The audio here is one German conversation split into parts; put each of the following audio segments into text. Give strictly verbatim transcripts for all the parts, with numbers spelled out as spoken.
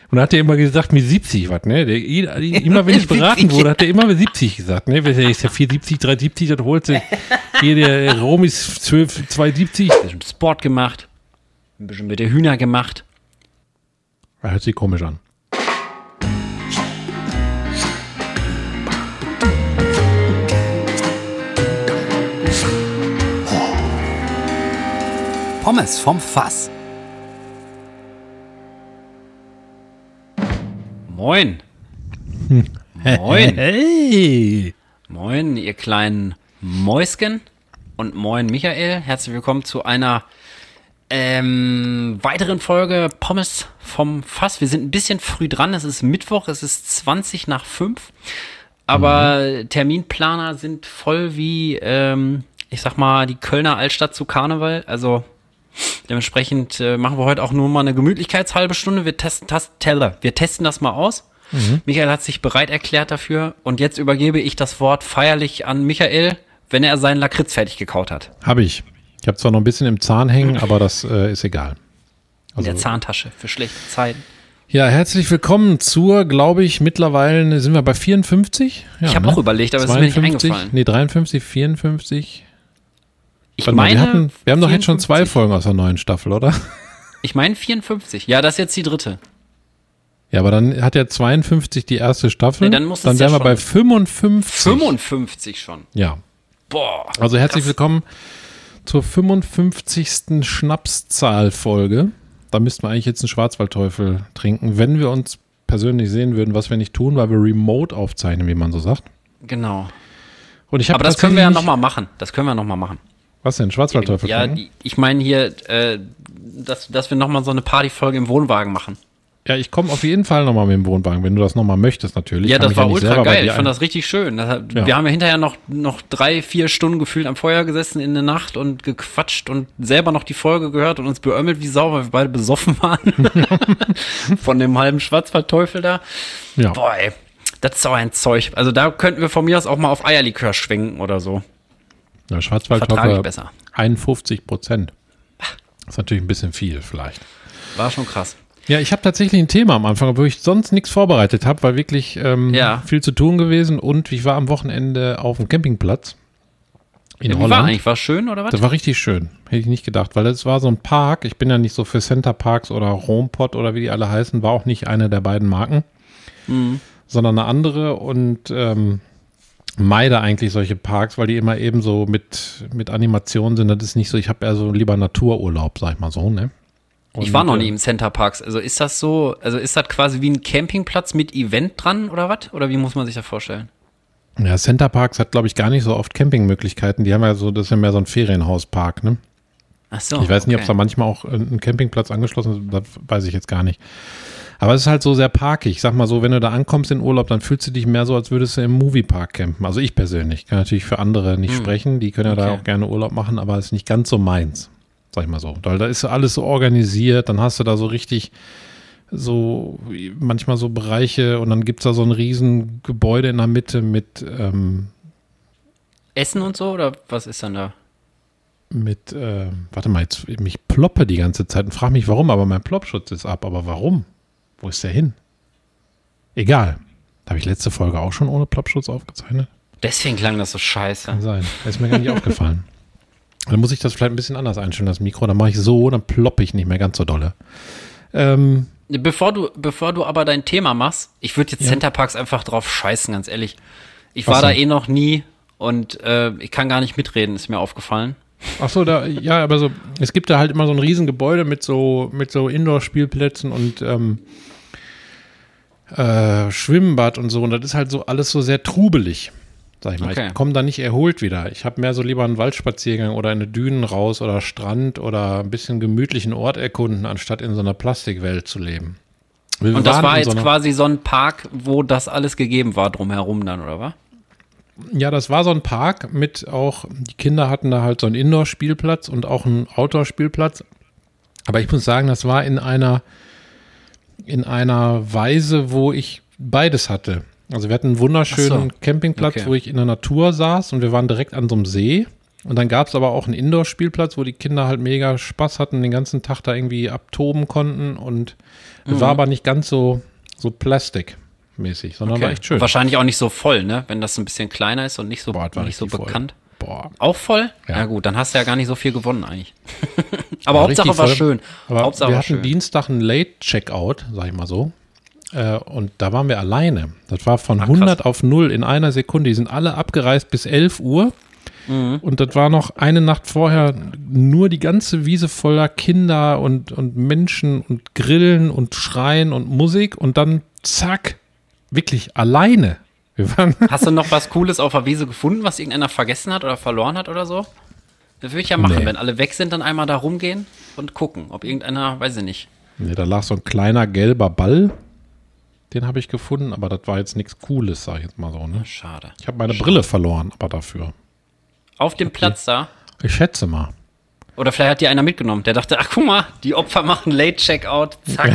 Und hat er immer gesagt, mit siebzig was, ne? Der, immer wenn ich beraten wurde, hat er immer mit siebzig gesagt, ne? Der ist ja vier siebzig, drei siebzig, das holt sich. Hier, der Rom ist zwölf, zwei siebzig. Ein bisschen Sport gemacht. Ein bisschen mit der Hühner gemacht. Das hört sich komisch an. Pommes vom Fass. Moin. Moin. Hey. Moin, ihr kleinen Mäusken. Und moin, Michael. Herzlich willkommen zu einer ähm, weiteren Folge Pommes vom Fass. Wir sind ein bisschen früh dran. Es ist Mittwoch. Es ist zwanzig nach fünf. Aber mhm. Terminplaner sind voll wie, ähm, ich sag mal, die Kölner Altstadt zu Karneval. Also dementsprechend äh, machen wir heute auch nur mal eine Gemütlichkeitshalbe Stunde. Wir testen, tas- Teller. Wir testen das mal aus. Mhm. Michael hat sich bereit erklärt dafür. Und jetzt übergebe ich das Wort feierlich an Michael, wenn er seinen Lakritz fertig gekaut hat. Habe ich. Ich habe zwar noch ein bisschen im Zahn hängen, aber das äh, ist egal. Also, in der Zahntasche für schlechte Zeiten. Ja, herzlich willkommen zur, glaube ich, mittlerweile sind wir bei vierundfünfzig. Ja, ich habe ne? auch überlegt, aber es ist mir nicht eingefallen. Nee, dreiundfünfzig, vierundfünfzig. Ich Warte meine, mal, wir, hatten, wir haben doch jetzt schon zwei vierundfünfzig. Folgen aus der neuen Staffel, oder? Ich meine vierundfünfzig. Ja, das ist jetzt die dritte. Ja, aber dann hat ja zweiundfünfzig die erste Staffel. Nee, dann muss es dann ja wären wir schon bei fünfundfünfzig. fünfundfünfzig schon. Ja. Boah. Also herzlich krass. willkommen zur fünfundfünfzigsten Schnapszahlfolge. Da müssten wir eigentlich jetzt einen Schwarzwaldteufel trinken, wenn wir uns persönlich sehen würden, was wir nicht tun, weil wir remote aufzeichnen, wie man so sagt. Genau. Und ich hab aber das können wir ja nicht- nochmal machen. Das können wir nochmal machen. Was denn, Schwarzwaldteufel Ja, trinken? die- ich meine hier, äh, dass, dass wir nochmal so eine Partyfolge im Wohnwagen machen. Ja, ich komme auf jeden Fall nochmal mit dem Wohnwagen, wenn du das nochmal möchtest natürlich. Ja, Kann das mich war nicht ultra selber bei geil. dir Ich fand ein- das richtig schön. Das hat, Ja. Wir haben ja hinterher noch, noch drei, vier Stunden gefühlt am Feuer gesessen in der Nacht und gequatscht und selber noch die Folge gehört und uns beömmelt wie Sau, weil wir beide besoffen waren. Von dem halben Schwarzwaldteufel da. Ja. Boah, ey, das ist so ein Zeug. Also da könnten wir von mir aus auch mal auf Eierlikör schwenken oder so. Ja, Vertrage ich Schwarzwaldteufel besser. einundfünfzig Prozent. Das ist natürlich ein bisschen viel vielleicht. War schon krass. Ja, ich habe tatsächlich ein Thema am Anfang, wo ich sonst nichts vorbereitet habe, weil wirklich ähm, Ja. viel zu tun gewesen und ich war am Wochenende auf dem Campingplatz in Wie Holland. war eigentlich? War schön oder was? Das war richtig schön, hätte ich nicht gedacht, weil es war so ein Park, ich bin ja nicht so für Center Parks oder Rompot oder wie die alle heißen, war auch nicht eine der beiden Marken, Mhm. sondern eine andere und ähm, meide eigentlich solche Parks, weil die immer eben so mit, mit Animationen sind, das ist nicht so, ich habe eher so lieber Natururlaub, sag ich mal so, ne? Ich war noch Und, nie äh, im Center Parks. Also ist das so, also ist das quasi wie ein Campingplatz mit Event dran oder was? Oder wie muss man sich das vorstellen? Ja, Center Parks hat, glaube ich, gar nicht so oft Campingmöglichkeiten. Die haben ja so, das ist ja mehr so ein Ferienhauspark, ne? Ach so. Ich weiß nicht, ob okay. es da manchmal auch ein Campingplatz angeschlossen ist, das weiß ich jetzt gar nicht. Aber es ist halt so sehr parkig. Ich sag mal so, wenn du da ankommst in Urlaub, dann fühlst du dich mehr so, als würdest du im Moviepark campen. Also ich persönlich. Kann natürlich für andere nicht Hm. sprechen. Die können ja da Okay. auch gerne Urlaub machen, aber es ist nicht ganz so meins. Sag ich mal so. Weil da ist so alles so organisiert, dann hast du da so richtig so manchmal so Bereiche und dann gibt es da so ein riesen Gebäude in der Mitte mit ähm, Essen und so oder was ist dann da? mit, äh, warte mal, jetzt mich ploppe die ganze Zeit und frage mich warum, aber mein Ploppschutz ist ab. Aber warum? Wo ist der hin? Egal. Habe ich letzte Folge auch schon ohne Ploppschutz aufgezeichnet? Deswegen klang das so scheiße. Kann sein. Das ist mir gar nicht aufgefallen. Dann muss ich das vielleicht ein bisschen anders einstellen, das Mikro. Dann mache ich so, dann ploppe ich nicht mehr ganz so dolle. Ähm, Bevor du, bevor du aber dein Thema machst, ich würde jetzt Ja. Center Parks einfach drauf scheißen, ganz ehrlich. Ich Was war da denn? eh noch nie und äh, ich kann gar nicht mitreden, ist mir aufgefallen. ach so, da, ja, aber so, es gibt da halt immer so ein Riesengebäude mit so, mit so Indoor-Spielplätzen und ähm, äh, Schwimmbad und so. Und das ist halt so alles so sehr trubelig, sag ich mal. Okay. Ich komme da nicht erholt wieder. Ich habe mehr so lieber einen Waldspaziergang oder in eine Dünen raus oder Strand oder ein bisschen gemütlichen Ort erkunden, anstatt in so einer Plastikwelt zu leben. Wir Und das waren war in jetzt so einer- quasi so ein Park, wo das alles gegeben war drumherum dann, oder was? Ja, das war so ein Park mit auch, die Kinder hatten da halt so einen Indoor-Spielplatz und auch einen Outdoor-Spielplatz. Aber ich muss sagen, das war in einer, in einer Weise, wo ich beides hatte. Also wir hatten einen wunderschönen Ach so. Campingplatz, Okay. wo ich in der Natur saß und wir waren direkt an so einem See. Und dann gab es aber auch einen Indoor-Spielplatz, wo die Kinder halt mega Spaß hatten, den ganzen Tag da irgendwie abtoben konnten. Und mhm. war aber nicht ganz so, so plastikmäßig, sondern okay. war echt schön. Und wahrscheinlich auch nicht so voll, ne? Wenn das ein bisschen kleiner ist und nicht so, Boah, nicht so bekannt. Boah. Auch voll? Ja. Ja gut, dann hast du ja gar nicht so viel gewonnen eigentlich. aber war Hauptsache war schön. Aber Hauptsache wir war hatten schön. Dienstag einen Late-Checkout, sag ich mal so. Äh, und da waren wir alleine. Das war von Ach, hundert krass. auf null in einer Sekunde. Die sind alle abgereist bis elf Uhr. Mhm. Und das war noch eine Nacht vorher nur die ganze Wiese voller Kinder und, und Menschen und Grillen und Schreien und Musik. Und dann zack, wirklich alleine. Wir waren Hast du noch was Cooles auf der Wiese gefunden, was irgendeiner vergessen hat oder verloren hat oder so? Das würde ich ja machen, Nee. wenn alle weg sind, dann einmal da rumgehen und gucken, ob irgendeiner, weiß ich nicht. Nee, da lag so ein kleiner gelber Ball. Den habe ich gefunden, aber das war jetzt nichts Cooles, sag ich jetzt mal so. Ne? Schade. Ich habe meine Brille verloren, aber dafür. Auf dem Platz da? Ich schätze mal. Oder vielleicht hat die einer mitgenommen. Der dachte, ach guck mal, die Opfer machen Late-Checkout, zack.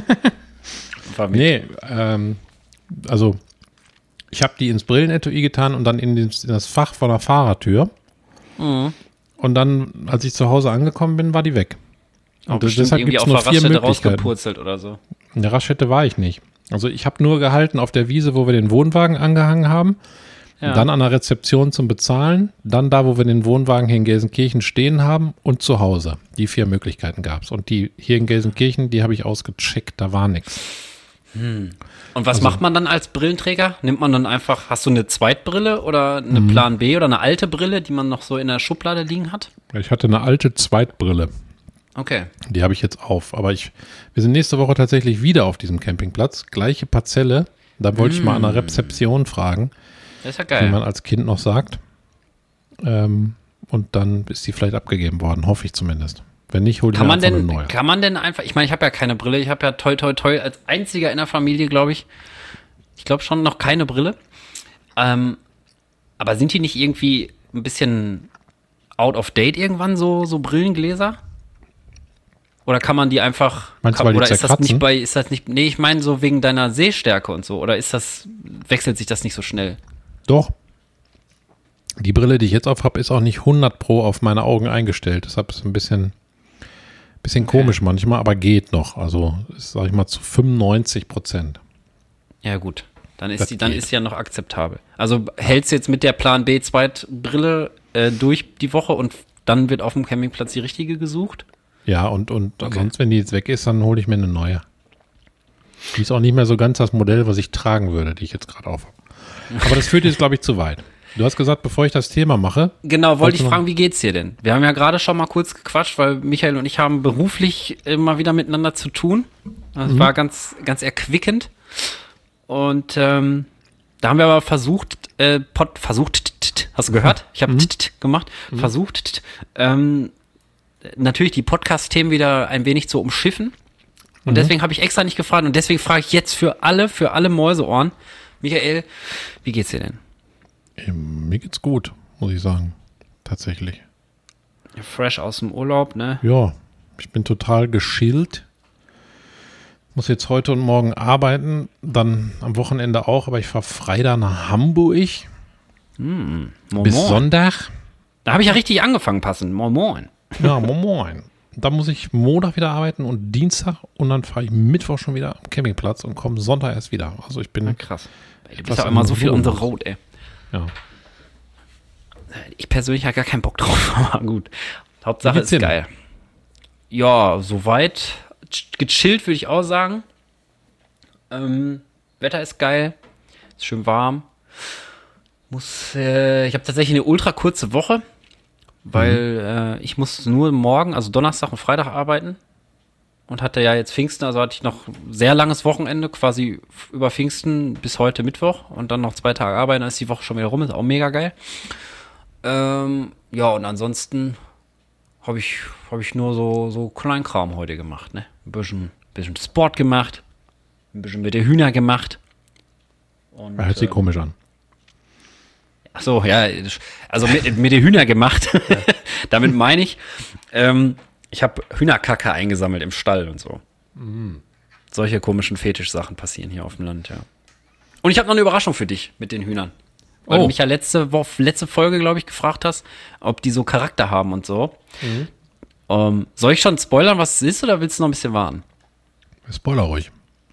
War mit. Nee, ähm, also ich habe die ins Brillenetui getan und dann in, den, in das Fach von der Fahrertür. Mhm. Und dann, als ich zu Hause angekommen bin, war die weg. Und Und bestimmt deshalb irgendwie gibt es auf nur der vier Raststätte Möglichkeiten. rausgepurzelt oder so. In der Raststätte war ich nicht. Also ich habe nur gehalten auf der Wiese, wo wir den Wohnwagen angehangen haben. Ja. Dann an der Rezeption zum Bezahlen. Dann da, wo wir den Wohnwagen hier in Gelsenkirchen stehen haben. Und zu Hause. Die vier Möglichkeiten gab es. Und die hier in Gelsenkirchen, die habe ich ausgecheckt. Da war nichts. Hm. Und was Also- macht man dann als Brillenträger? Nimmt man dann einfach, hast du eine Zweitbrille oder eine Mhm. Plan B oder eine alte Brille, die man noch so in der Schublade liegen hat? Ich hatte eine alte Zweitbrille. Okay. Die habe ich jetzt auf. Aber ich, wir sind nächste Woche tatsächlich wieder auf diesem Campingplatz. Gleiche Parzelle. Da wollte ich mal an der Rezeption fragen, Das ist ja wie geil. man als Kind noch sagt. Ähm, und dann ist die vielleicht abgegeben worden. Hoffe ich zumindest. Wenn nicht, hol ich Kann mir man einfach denn, eine neue. kann man denn einfach, ich meine, ich habe ja keine Brille, ich habe ja toi toi toi als einziger in der Familie, glaube ich, ich glaube schon noch keine Brille. Ähm, aber sind die nicht irgendwie ein bisschen out of date irgendwann, so, so Brillengläser? Oder kann man die einfach, Meinst du, kann, weil die oder ist das zerkratzen? nicht bei, ist das nicht, nee, ich meine so wegen deiner Sehstärke und so, oder ist das, wechselt sich das nicht so schnell? Doch. Die Brille, die ich jetzt auf habe, ist auch nicht hundert Pro auf meine Augen eingestellt. Deshalb ist es ein bisschen, bisschen Okay. komisch manchmal, aber geht noch. Also, ist, sag ich mal, zu fünfundneunzig Prozent. Ja, gut. Dann ist Das die, dann geht. ist sie ja noch akzeptabel. Also hältst du jetzt mit der Plan B Zweitbrille äh, durch die Woche und dann wird auf dem Campingplatz die richtige gesucht? Ja, und, und Okay. sonst, wenn die jetzt weg ist, dann hole ich mir eine neue. Die ist auch nicht mehr so ganz das Modell, was ich tragen würde, die ich jetzt gerade auf habe. Aber das führt jetzt, glaube ich, zu weit. Du hast gesagt, bevor ich das Thema mache, Genau, wollte Wolltest ich du noch- fragen, wie geht's dir denn? Wir haben ja gerade schon mal kurz gequatscht, weil Michael und ich haben beruflich immer wieder miteinander zu tun. Das Mhm. war ganz, ganz erquickend. Und ähm, da haben wir aber versucht, äh, Pod, versucht, t- t- hast du gehört? Ich habe t- t- gemacht, versucht, t- ähm, natürlich die Podcast-Themen wieder ein wenig zu umschiffen. Und deswegen habe ich extra nicht gefragt und deswegen frage ich jetzt für alle, für alle Mäuseohren, Michael, wie geht's dir denn? ähm, mir geht's gut, muss ich sagen. Tatsächlich. Fresh aus dem Urlaub, ne? Ja, ich bin total geschillt. Muss jetzt heute und morgen arbeiten, dann am Wochenende auch, aber ich fahre Freitag nach Hamburg Moin, bis moin. Sonntag. Da habe ich ja richtig angefangen passend. Moin Moin. Ja, moin moin. Da muss ich Montag wieder arbeiten und Dienstag und dann fahre ich Mittwoch schon wieder am Campingplatz und komme Sonntag erst wieder. Also ich bin, Krass. Ey, du Was bist ja am immer so viel on the Wurm. road, ey. ja. Ich persönlich habe gar keinen Bock drauf, aber gut. Hauptsache geht's ist hin? geil. Ja, soweit. Ch- Gechillt würde ich auch sagen. Ähm, Wetter ist geil. Ist schön warm. Muss, äh, ich habe tatsächlich eine ultra kurze Woche, weil äh, ich muss nur morgen, also Donnerstag und Freitag arbeiten. Und hatte ja jetzt Pfingsten, also hatte ich noch ein sehr langes Wochenende, quasi f- über Pfingsten bis heute Mittwoch und dann noch zwei Tage arbeiten, dann ist die Woche schon wieder rum, ist auch mega geil. Ähm, ja, und ansonsten habe ich, hab ich nur so, so Kleinkram heute gemacht, ne? Ein bisschen, bisschen Sport gemacht, ein bisschen mit der Hühner gemacht. Und, Hört sich ähm, komisch an. Ach so, ja, also mit, mit den Hühner gemacht. Damit meine ich, ähm, ich habe Hühnerkacke eingesammelt im Stall und so. Solche komischen Fetischsachen passieren hier auf dem Land, ja. Und ich habe noch eine Überraschung für dich mit den Hühnern. Weil Oh. du mich ja letzte, Wo- letzte Folge, glaube ich, gefragt hast, ob die so Charakter haben und so. Mhm. Ähm, soll ich schon spoilern, was es ist, oder willst du noch ein bisschen warten? Spoiler ruhig.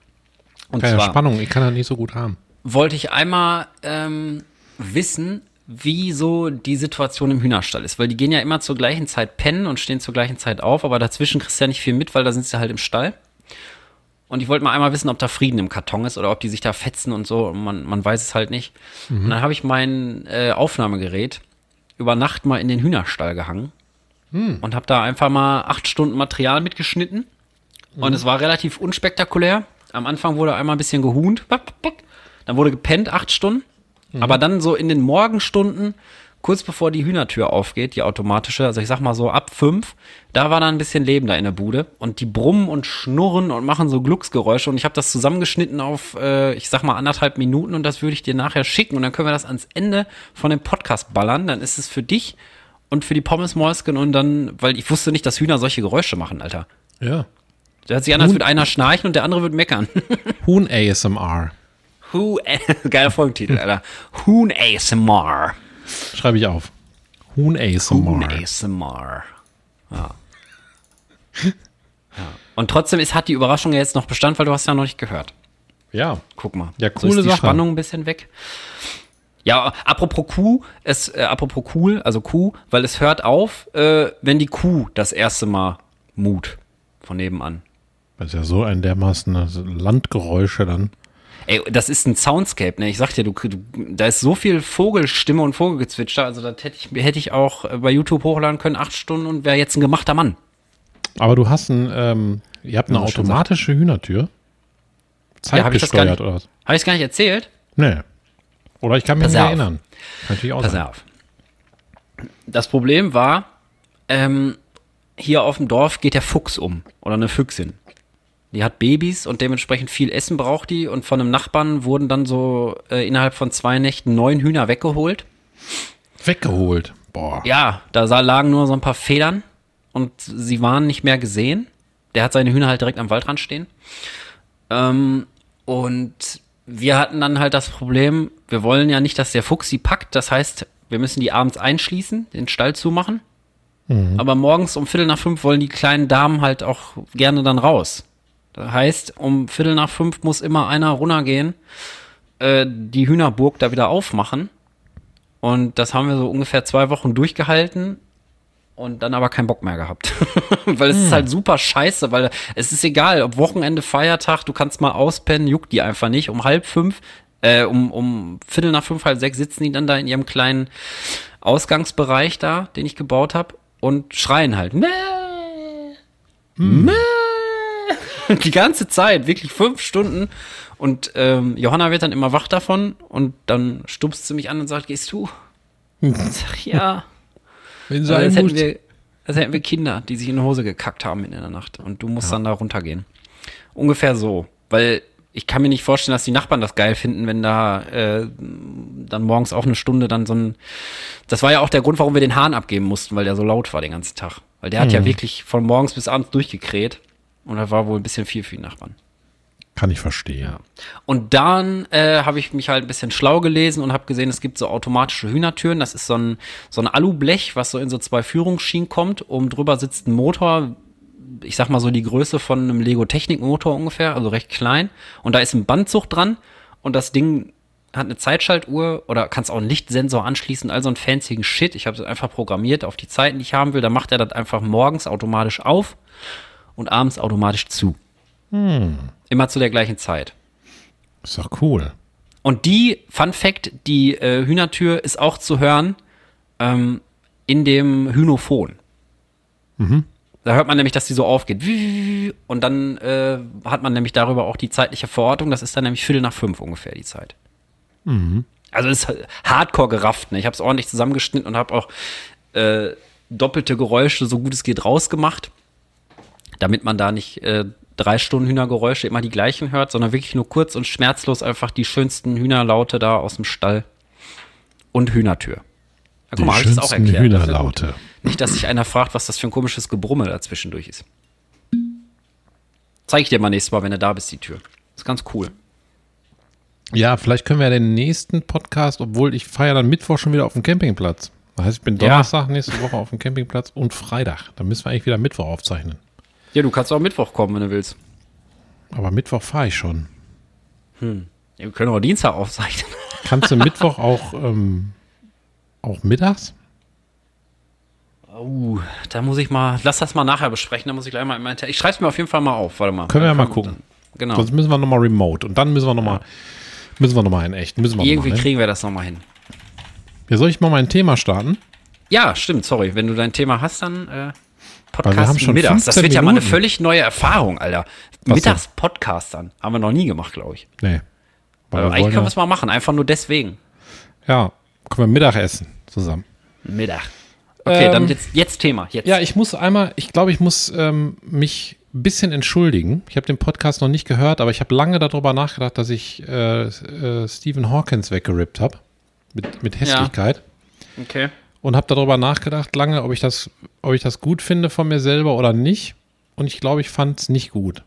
Und Keine zwar Spannung, ich kann das nicht so gut haben. wollte ich einmal ähm, wissen, wie so die Situation im Hühnerstall ist. Weil die gehen ja immer zur gleichen Zeit pennen und stehen zur gleichen Zeit auf, aber dazwischen kriegst du ja nicht viel mit, weil da sind sie halt im Stall. Und ich wollte mal einmal wissen, ob da Frieden im Karton ist oder ob die sich da fetzen und so. Und man, man weiß es halt nicht. Und dann habe ich mein äh, Aufnahmegerät über Nacht mal in den Hühnerstall gehangen und habe da einfach mal acht Stunden Material mitgeschnitten. Und es war relativ unspektakulär. Am Anfang wurde einmal ein bisschen gehuhnt. Dann wurde gepennt, acht Stunden. Aber dann so in den Morgenstunden, kurz bevor die Hühnertür aufgeht, die automatische, also ich sag mal so ab fünf, da war dann ein bisschen Leben da in der Bude. Und die brummen und schnurren und machen so Glucksgeräusche. Und ich habe das zusammengeschnitten auf, äh, ich sag mal, anderthalb Minuten. Und das würde ich dir nachher schicken. Und dann können wir das ans Ende von dem Podcast ballern. Dann ist es für dich und für die Pommesmäuschen. Und dann, weil ich wusste nicht, dass Hühner solche Geräusche machen, Alter. Ja. Das hört sich an, als würde einer schnarchen und der andere wird meckern. Huhn A S M R. Who, geiler Folgentitel, Alter. Huhn A S M R. Schreibe ich auf. Huhn A S M Huhn R. A S M R. Ja. Ja. Und trotzdem ist, hat die Überraschung ja jetzt noch Bestand, weil du hast ja noch nicht gehört. Ja. Guck mal. Ja, So coole ist die Sache. Spannung ein bisschen weg. Ja, apropos Kuh, es, äh, apropos cool, also Kuh, weil es hört auf, äh, wenn die Kuh das erste Mal mut von nebenan. Das ist ja so ein dermaßen Landgeräusche dann. Ey, das ist ein Soundscape, ne? Ich sag dir, du, du, da ist so viel Vogelstimme und Vogelgezwitscher, also das hätte ich, hätte ich auch bei YouTube hochladen können, acht Stunden und wäre jetzt ein gemachter Mann. Aber du hast ein, ähm, ihr habt eine Ja, schon automatische Hühnertür. Ja, hab ich das gar Zeitgesteuert nicht- oder was? Habe ich gar nicht erzählt? Nee. Oder ich kann mich Pass nicht auf. erinnern. Kann natürlich auch Pass sein. auf. Das Problem war, ähm, hier auf dem Dorf geht der Fuchs um oder eine Füchsin. Die hat Babys und dementsprechend viel Essen braucht die und von einem Nachbarn wurden dann so äh, innerhalb von zwei Nächten neun Hühner weggeholt. Weggeholt. Boah. Ja, da sah, lagen nur so ein paar Federn und sie waren nicht mehr gesehen. Der hat seine Hühner halt direkt am Waldrand stehen. Ähm, und wir hatten dann halt das Problem, wir wollen ja nicht, dass der Fuchs sie packt. Das heißt, wir müssen die abends einschließen, den Stall zumachen. Aber morgens um Viertel nach fünf wollen die kleinen Damen halt auch gerne dann raus. Das heißt, um Viertel nach fünf muss immer einer runtergehen, äh, die Hühnerburg da wieder aufmachen. Und das haben wir so ungefähr zwei Wochen durchgehalten und dann aber keinen Bock mehr gehabt. Weil es ist halt super scheiße, weil es ist egal, ob Wochenende, Feiertag, du kannst mal auspennen, juckt die einfach nicht. Um halb fünf, äh, um, um Viertel nach fünf, halb sechs sitzen die dann da in ihrem kleinen Ausgangsbereich da, den ich gebaut habe und schreien halt. Mäh, mäh. Die ganze Zeit, wirklich fünf Stunden. Und ähm, Johanna wird dann immer wach davon und dann stupst sie mich an und sagt, gehst du? Ich sag, ja. Wenn Also als, sein hätten muss. wir, als hätten wir Kinder, die sich in die Hose gekackt haben in der Nacht. Und du musst dann da runtergehen. Ungefähr so. Weil ich kann mir nicht vorstellen, dass die Nachbarn das geil finden, wenn da äh, dann morgens auch eine Stunde dann so ein... Das war ja auch der Grund, warum wir den Hahn abgeben mussten, weil der so laut war den ganzen Tag. Weil der hat ja wirklich von morgens bis abends durchgekräht. Und das war wohl ein bisschen viel für die Nachbarn. Kann ich verstehen. Ja. Und dann äh, habe ich mich halt ein bisschen schlau gelesen und habe gesehen, es gibt so automatische Hühnertüren. Das ist so ein, so ein Alublech, was so in so zwei Führungsschienen kommt. Oben drüber sitzt ein Motor, ich sag mal so die Größe von einem Lego-Technik-Motor ungefähr, also recht klein. Und da ist ein Bandzug dran und das Ding hat eine Zeitschaltuhr oder kannst auch einen Lichtsensor anschließen, also einen fancy Shit. Ich habe es einfach programmiert auf die Zeiten, die ich haben will. Dann macht er das einfach morgens automatisch auf und abends automatisch zu. Hm. Immer zu der gleichen Zeit. Ist doch cool. Und die, Fun Fact, die äh, Hühnertür ist auch zu hören ähm, in dem Hühnophon. Mhm. Da hört man nämlich, dass die so aufgeht. Und dann äh, hat man nämlich darüber auch die zeitliche Verortung. Das ist dann nämlich Viertel nach fünf ungefähr die Zeit. Mhm. Also ist hardcore gerafft. Ne? Ich habe es ordentlich zusammengeschnitten und habe auch äh, doppelte Geräusche, so gut es geht, rausgemacht. Damit man da nicht äh, drei Stunden Hühnergeräusche immer die gleichen hört, sondern wirklich nur kurz und schmerzlos einfach die schönsten Hühnerlaute da aus dem Stall. Und Hühnertür. Ja, guck Die mal, hab ich das auch schönsten erklärt. Das ist ja gut. Hühnerlaute. Nicht, dass sich einer fragt, was das für ein komisches Gebrummel da zwischendurch ist. Zeig ich dir mal nächstes Mal, wenn du da bist, die Tür. Ist ganz cool. Ja, vielleicht können wir ja den nächsten Podcast, obwohl ich feiere dann Mittwoch schon wieder auf dem Campingplatz. Das heißt, ich bin Donnerstag ja. nächste Woche auf dem Campingplatz und Freitag. Dann müssen wir eigentlich wieder Mittwoch aufzeichnen. Ja, du kannst auch Mittwoch kommen, wenn du willst. Aber Mittwoch fahre ich schon. Hm. Ja, wir können auch Dienstag aufzeichnen. Kannst du Mittwoch auch, ähm, auch mittags? Oh, da muss ich mal, lass das mal nachher besprechen, da muss ich gleich mal in meinen, ich schreibe es mir auf jeden Fall mal auf, warte mal. Können wir ja mal wir gucken. Dann, genau. Sonst müssen wir nochmal remote und dann müssen wir nochmal, ja. müssen wir nochmal in echt. Müssen wir Irgendwie noch mal, ne? kriegen wir das nochmal hin. Ja, soll ich mal mein Thema starten? Ja, stimmt, sorry, wenn du dein Thema hast, dann äh, Podcast wir haben schon mittags. Das wird Minuten. ja mal eine völlig neue Erfahrung, Alter. Was mittags denn? Podcastern, haben wir noch nie gemacht, glaube ich. Nee. Also eigentlich können wir es mal machen, einfach nur deswegen. Ja, können wir Mittag essen zusammen. Mittag. Okay, ähm, dann jetzt, jetzt Thema. Jetzt. Ja, ich muss einmal, ich glaube, ich muss ähm, mich ein bisschen entschuldigen. Ich habe den Podcast noch nicht gehört, aber ich habe lange darüber nachgedacht, dass ich äh, äh, Stephen Hawkins weggerippt habe. Mit, mit Hässlichkeit. Ja. Okay. Und habe darüber nachgedacht lange, ob ich das, ob ich das gut finde von mir selber oder nicht. Und ich glaube, ich fand es nicht gut.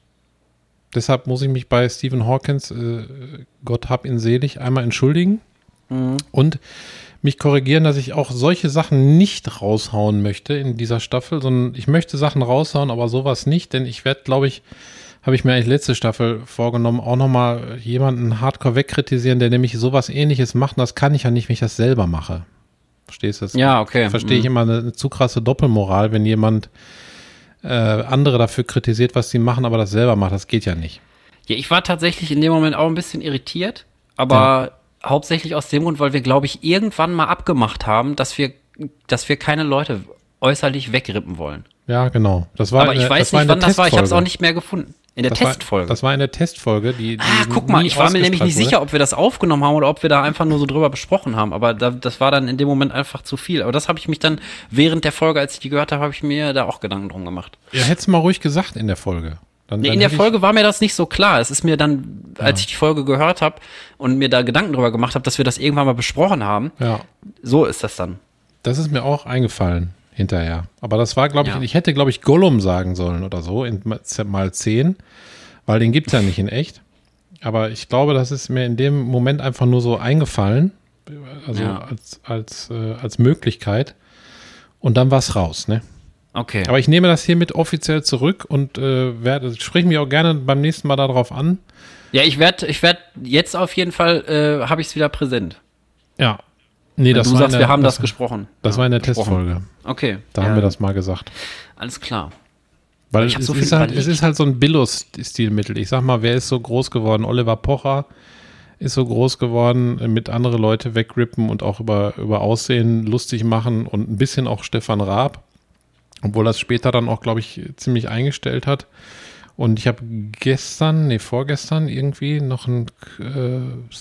Deshalb muss ich mich bei Stephen Hawkins, äh, Gott hab ihn selig, einmal entschuldigen. Mhm. Und mich korrigieren, dass ich auch solche Sachen nicht raushauen möchte in dieser Staffel, sondern ich möchte Sachen raushauen, aber sowas nicht, denn ich werde, glaube ich, habe ich mir eigentlich letzte Staffel vorgenommen, auch nochmal jemanden hardcore wegkritisieren, der nämlich sowas Ähnliches macht, und das kann ich ja nicht, wenn ich das selber mache. Verstehst du das? Ja, okay. Verstehe ich mhm. immer eine, eine zu krasse Doppelmoral, wenn jemand äh, andere dafür kritisiert, was sie machen, aber das selber macht, das geht ja nicht. Ja, ich war tatsächlich in dem Moment auch ein bisschen irritiert, aber ja. Hauptsächlich aus dem Grund, weil wir, glaube ich, irgendwann mal abgemacht haben, dass wir, dass wir keine Leute äußerlich wegrippen wollen. Ja, genau. Das war Aber ich eine, weiß das nicht, wann das war. Ich habe es auch nicht mehr gefunden. In der das Testfolge. War, das war in der Testfolge. Die, die ah, guck mal, ich war mir nämlich nicht wurde. sicher, ob wir das aufgenommen haben oder ob wir da einfach nur so drüber besprochen haben. Aber da, das war dann in dem Moment einfach zu viel. Aber das habe ich mich dann während der Folge, als ich die gehört habe, habe ich mir da auch Gedanken drum gemacht. Ja, hättest du mal ruhig gesagt in der Folge. Dann, nee, dann in der Folge war mir das nicht so klar. Es ist mir dann, ja. als ich die Folge gehört habe und mir da Gedanken drüber gemacht habe, dass wir das irgendwann mal besprochen haben, ja. so ist das dann. Das ist mir auch eingefallen hinterher. Aber das war, glaube ich, ja. ich hätte, glaube ich, Gollum sagen sollen oder so, in mal zehn, weil den gibt es ja nicht in echt. Aber ich glaube, das ist mir in dem Moment einfach nur so eingefallen, also ja. als, als, äh, als Möglichkeit. Und dann war es raus, ne? Okay. Aber ich nehme das hiermit offiziell zurück und äh, werde, sprich mich auch gerne beim nächsten Mal darauf an. Ja, ich werde, ich werde jetzt auf jeden Fall, äh, habe ich es wieder präsent. Ja. Nee, Wenn das du war sagst, der, wir haben das, das gesprochen. Das ja, war in der gesprochen. Testfolge. Okay. Da ja. haben wir das mal gesagt. Alles klar. Weil ich es, so ist halt, es ist halt so ein Billo-Stilmittel. Ich sag mal, wer ist so groß geworden? Oliver Pocher ist so groß geworden, mit andere Leute wegrippen und auch über, über Aussehen lustig machen und ein bisschen auch Stefan Raab. Obwohl das später dann auch, glaube ich, ziemlich eingestellt hat. Und ich habe gestern, nee, vorgestern irgendwie noch ein äh,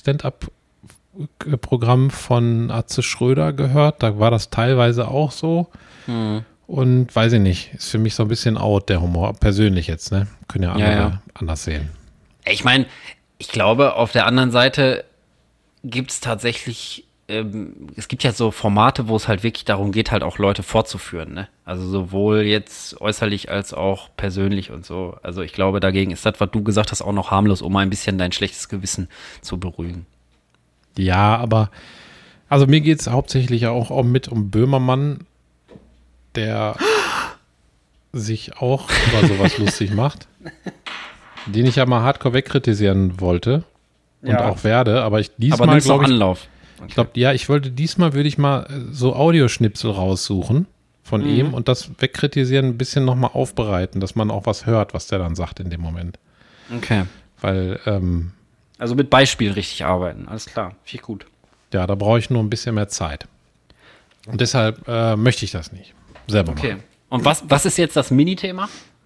Stand-up-Programm von Atze Schröder gehört. Da war das teilweise auch so. Mhm. Und weiß ich nicht, ist für mich so ein bisschen out, der Humor. Persönlich jetzt, ne? Können ja andere ja, ja. anders sehen. Ich meine, ich glaube, auf der anderen Seite gibt es tatsächlich es gibt ja so Formate, wo es halt wirklich darum geht, halt auch Leute vorzuführen, ne? Also sowohl jetzt äußerlich als auch persönlich und so. Also ich glaube, dagegen ist das, was du gesagt hast, auch noch harmlos, um ein bisschen dein schlechtes Gewissen zu beruhigen. Ja, aber also mir geht es hauptsächlich auch, auch mit um Böhmermann, der sich auch über sowas lustig macht, den ich ja mal hardcore wegkritisieren wollte und ja. auch werde, aber ich diesmal, aber nimmst glaube noch ich, Anlauf. Okay. Ich glaube, ja, ich wollte diesmal, würde ich mal so Audioschnipsel raussuchen von mhm. ihm und das wegkritisieren, ein bisschen nochmal aufbereiten, dass man auch was hört, was der dann sagt in dem Moment. Okay. Weil, ähm, also mit Beispiel richtig arbeiten, alles klar, viel gut. Ja, da brauche ich nur ein bisschen mehr Zeit. Und deshalb äh, möchte ich das nicht selber okay. machen. Und was, was ist jetzt das Mini-Thema?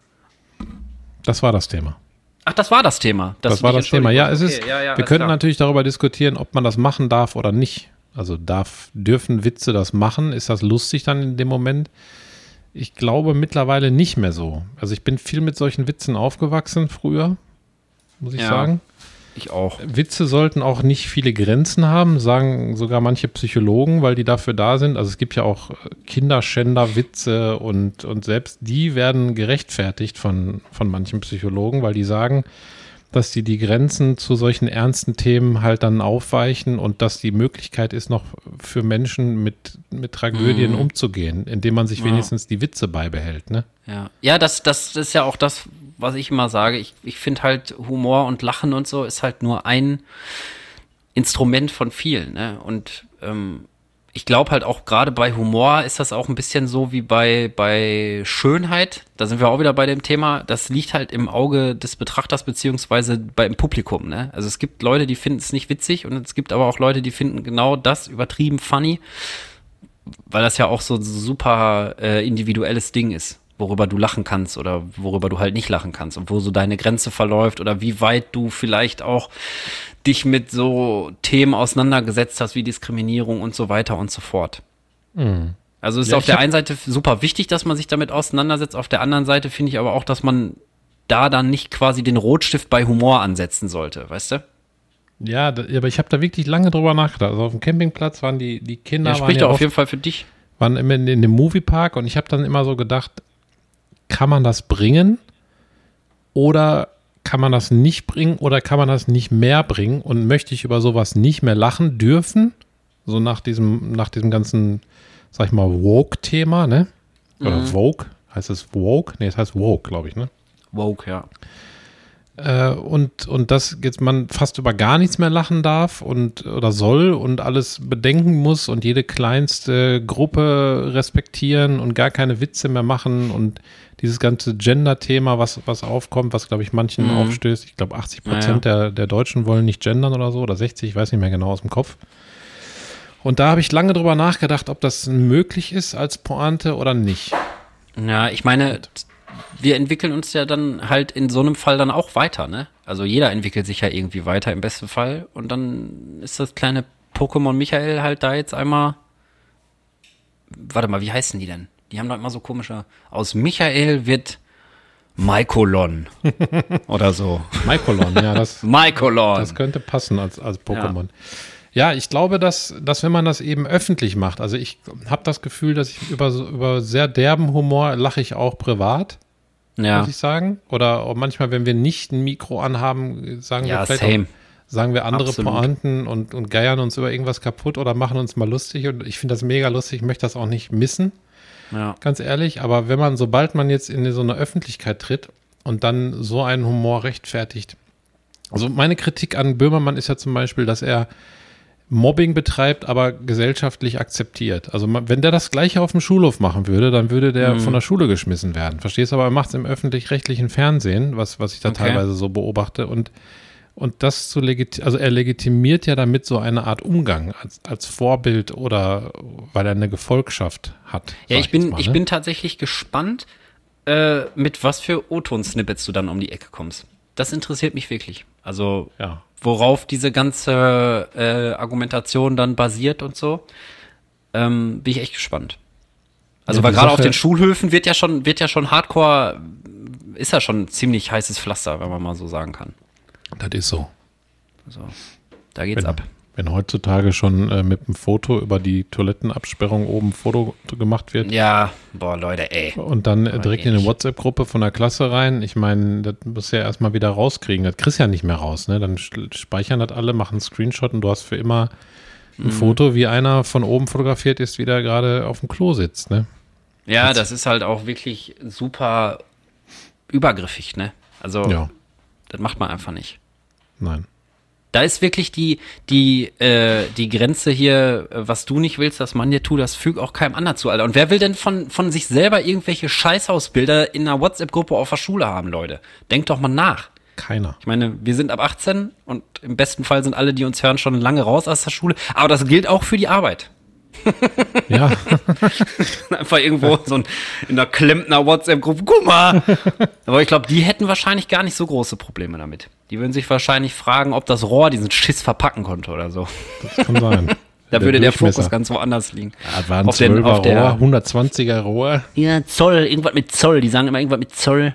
Das war das Thema. Ach, das war das Thema. Das war das Thema. Ja, es okay. ist, ja, ja, wir könnten klar. natürlich darüber diskutieren, ob man das machen darf oder nicht. Also darf, dürfen Witze das machen? Ist das lustig dann in dem Moment? Ich glaube mittlerweile nicht mehr so. Also ich bin viel mit solchen Witzen aufgewachsen früher, muss ich ja, sagen. Ich auch. Witze sollten auch nicht viele Grenzen haben, sagen sogar manche Psychologen, weil die dafür da sind. Also es gibt ja auch Kinderschänder-Witze und, und selbst die werden gerechtfertigt von, von manchen Psychologen, weil die sagen, dass die die Grenzen zu solchen ernsten Themen halt dann aufweichen und dass die Möglichkeit ist, noch für Menschen mit, mit Tragödien Mhm. umzugehen, indem man sich Ja. wenigstens die Witze beibehält, ne? Ja, ja das, das ist ja auch das, was ich immer sage. Ich, ich finde halt Humor und Lachen und so ist halt nur ein Instrument von vielen, ne? Und ähm, ich glaube halt auch gerade bei Humor ist das auch ein bisschen so wie bei, bei Schönheit. Da sind wir auch wieder bei dem Thema. Das liegt halt im Auge des Betrachters beziehungsweise beim Publikum, ne? Also es gibt Leute, die finden es nicht witzig und es gibt aber auch Leute, die finden genau das übertrieben funny, weil das ja auch so ein super äh, individuelles Ding ist, worüber du lachen kannst oder worüber du halt nicht lachen kannst und wo so deine Grenze verläuft oder wie weit du vielleicht auch dich mit so Themen auseinandergesetzt hast wie Diskriminierung und so weiter und so fort. Mhm. Also ist Ja, auf ich der hab- einen Seite super wichtig, dass man sich damit auseinandersetzt, auf der anderen Seite finde ich aber auch, dass man da dann nicht quasi den Rotstift bei Humor ansetzen sollte, weißt du? Ja, da, aber ich habe da wirklich lange drüber nachgedacht. Also auf dem Campingplatz waren die, die Kinder Ja, waren spricht ja doch auf oft, jeden Fall für dich. waren immer in, in dem Moviepark und ich habe dann immer so gedacht, kann man das bringen oder kann man das nicht bringen oder kann man das nicht mehr bringen und möchte ich über sowas nicht mehr lachen dürfen? So nach diesem, nach diesem ganzen, sag ich mal, Woke-Thema, ne? Oder Mhm. Vogue, heißt es Woke? Nee, es heißt Woke, glaube ich, ne? Woke, ja. Äh, und, und dass jetzt man fast über gar nichts mehr lachen darf und oder soll und alles bedenken muss und jede kleinste Gruppe respektieren und gar keine Witze mehr machen und dieses ganze Gender-Thema, was, was aufkommt, was, glaube ich, manchen Mhm. aufstößt. Ich glaube, achtzig Prozent der, der Deutschen wollen nicht gendern oder so oder sechzig, ich weiß nicht mehr genau aus dem Kopf. Und da habe ich lange drüber nachgedacht, ob das möglich ist als Pointe oder nicht. Ja, ich meine, wir entwickeln uns ja dann halt in so einem Fall dann auch weiter, ne? Also jeder entwickelt sich ja irgendwie weiter im besten Fall und dann ist das kleine Pokémon Michael halt da jetzt einmal, warte mal, wie heißen die denn? Die haben doch immer so komische, aus Michael wird Maikolon oder so. Maikolon, ja, das, Maikolon. das könnte passen als, als Pokémon. Ja. ich glaube, dass, dass wenn man das eben öffentlich macht, also ich habe das Gefühl, dass ich über, so- über sehr derben Humor lache ich auch privat, Ja, muss ich sagen. Oder auch manchmal, wenn wir nicht ein Mikro anhaben, sagen ja, wir vielleicht same. auch, sagen wir andere Absolut. Pointen und, und geiern uns über irgendwas kaputt oder machen uns mal lustig. Und ich finde das mega lustig, ich möchte das auch nicht missen, Ja. ganz ehrlich. Aber wenn man, sobald man jetzt in so eine Öffentlichkeit tritt und dann so einen Humor rechtfertigt. Also meine Kritik an Böhmermann ist ja zum Beispiel, dass er Mobbing betreibt, aber gesellschaftlich akzeptiert. Also man, wenn der das Gleiche auf dem Schulhof machen würde, dann würde der Mhm. von der Schule geschmissen werden. Verstehst du? Aber er macht es im öffentlich-rechtlichen Fernsehen, was, was ich da Okay. teilweise so beobachte. Und, und das zu legitimieren, also er legitimiert ja damit so eine Art Umgang als, als Vorbild oder weil er eine Gefolgschaft hat. Ja, sag ich bin, jetzt mal, ich ne? bin tatsächlich gespannt, äh, mit was für O-Ton-Snippets du dann um die Ecke kommst. Das interessiert mich wirklich. Also, Ja. worauf diese ganze äh, Argumentation dann basiert und so, ähm, bin ich echt gespannt. Also, Ja, weil die gerade auf Sache- den Schulhöfen wird ja schon, wird ja schon Hardcore, ist ja schon ein ziemlich heißes Pflaster, wenn man mal so sagen kann. Das ist so. Also, da geht's Wenn, ab. wenn heutzutage schon äh, mit einem Foto über die Toilettenabsperrung oben ein Foto gemacht wird, Ja, boah, Leute, ey. und dann äh, Aber direkt in eine ehrlich. WhatsApp-Gruppe von der Klasse rein. Ich meine, das musst du ja erstmal wieder rauskriegen. Das kriegst du ja nicht mehr raus. Ne? Dann sch- speichern das alle, machen einen Screenshot und du hast für immer ein Mhm. Foto, wie einer von oben fotografiert ist, wie der gerade auf dem Klo sitzt. Ne? Ja, das ist halt auch wirklich super übergriffig, ne? Also, Ja, das macht man einfach nicht. nein. Da ist wirklich die, die, äh, die Grenze hier, äh, was du nicht willst, dass man dir tut, das fügt auch keinem anderen zu, Alter. Und wer will denn von, von sich selber irgendwelche Scheißhausbilder in einer WhatsApp-Gruppe auf der Schule haben, Leute? Denkt doch mal nach. Keiner. Ich meine, wir sind ab achtzehn und im besten Fall sind alle, die uns hören, schon lange raus aus der Schule. Aber das gilt auch für die Arbeit. Ja, Einfach irgendwo so ein, in einer Klempner-WhatsApp-Gruppe, guck mal. Aber ich glaube, die hätten wahrscheinlich gar nicht so große Probleme damit. Die würden sich wahrscheinlich fragen, ob das Rohr diesen Schiss verpacken konnte oder so. das kann sein. Da würde der Fokus Durchmesser. ganz woanders liegen. Ja, das war ein auf den- zwölfer auf der- Rohr, hundertzwanziger Rohr. Ja, Zoll, irgendwas mit Zoll. Die sagen immer irgendwas mit Zoll.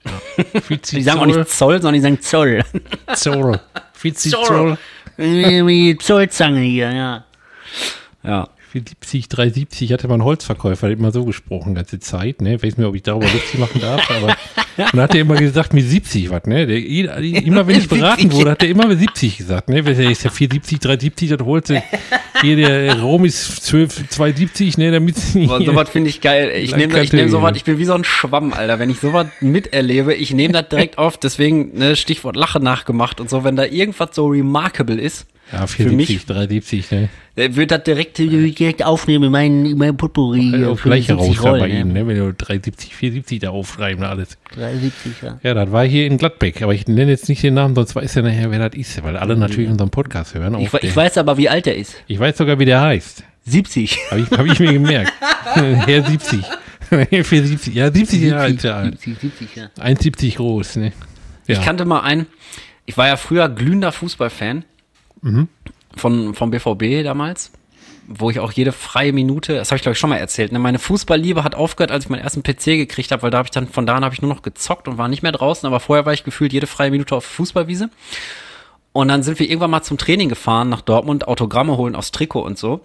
Die sagen auch nicht Zoll, sondern die sagen Zoll. Zoll. Fizi Zoll. Zoll. Wie Zollzange hier, ja. Ja. für siebzig, drei siebzig hatte man Holzverkäufer, der hat immer so gesprochen, ganze Zeit, ne? Ich weiß nicht, ob ich darüber lustig machen darf, aber und hat er immer gesagt, mit siebzig was, ne? Der, immer wenn ich beraten wurde, hat er immer mit siebzig gesagt, ne? Der ist ja vier siebzig, drei siebzig, das holte hier, der Raum ist zwölf, zwei siebzig, ne? Damit Boah, sowas finde ich geil. Ich nehme ich nehm sowas, ich bin wie so ein Schwamm, Alter. Wenn ich sowas miterlebe, ich nehme das direkt auf, deswegen, ne, Stichwort Lache nachgemacht und so, wenn da irgendwas so remarkable ist. Ja, vier siebzig, drei siebzig, ne? Wird das direkt, direkt aufnehmen in mein, mein Potpourri. Also gleich raus bei Ihnen, ne? Wenn du drei siebzig, vier siebzig da aufschreiben, alles. drei siebzig, ja. Ja, das war hier in Gladbeck, aber ich nenne jetzt nicht den Namen, sonst weiß ja nachher, wer das ist, weil alle natürlich unseren Podcast hören. Ich, ich weiß aber, wie alt er ist. Ich weiß sogar, wie der heißt. siebzig. Habe ich, hab ich mir gemerkt. Herr siebzig. Herr siebzig. Ja, siebzig Jahre alt. siebzig, siebzig, ja. eins siebzig groß, ne? Ja. Ich kannte mal einen, ich war ja früher glühender Fußballfan. Mhm. Von, vom B V B damals, wo ich auch jede freie Minute, das habe ich glaube ich schon mal erzählt, ne, meine Fußballliebe hat aufgehört, als ich meinen ersten P C gekriegt habe, weil da habe ich dann, von da an habe ich nur noch gezockt und war nicht mehr draußen, aber vorher war ich gefühlt jede freie Minute auf Fußballwiese. Und dann sind wir irgendwann mal zum Training gefahren nach Dortmund, Autogramme holen aus Trikot und so.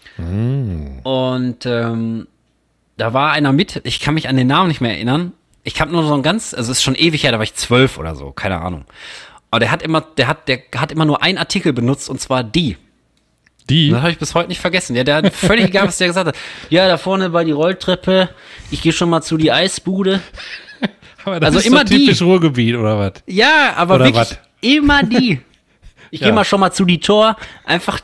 Mm. Und ähm, da war einer mit, ich kann mich an den Namen nicht mehr erinnern, ich habe nur so ein ganz, also es ist schon ewig her, da war ich zwölf oder so, keine Ahnung. Aber der hat immer, der hat, der hat immer nur einen Artikel benutzt und zwar die. Die? Das habe ich bis heute nicht vergessen. Ja, der hat völlig egal, was der gesagt hat. Ja, da vorne war die Rolltreppe. Ich gehe schon mal zu die Eisbude. Aber das also ist immer so typisch die. Ruhrgebiet oder was? Ja, aber oder wirklich wat? immer die. Ich ja. gehe mal schon mal zu die Tor. Einfach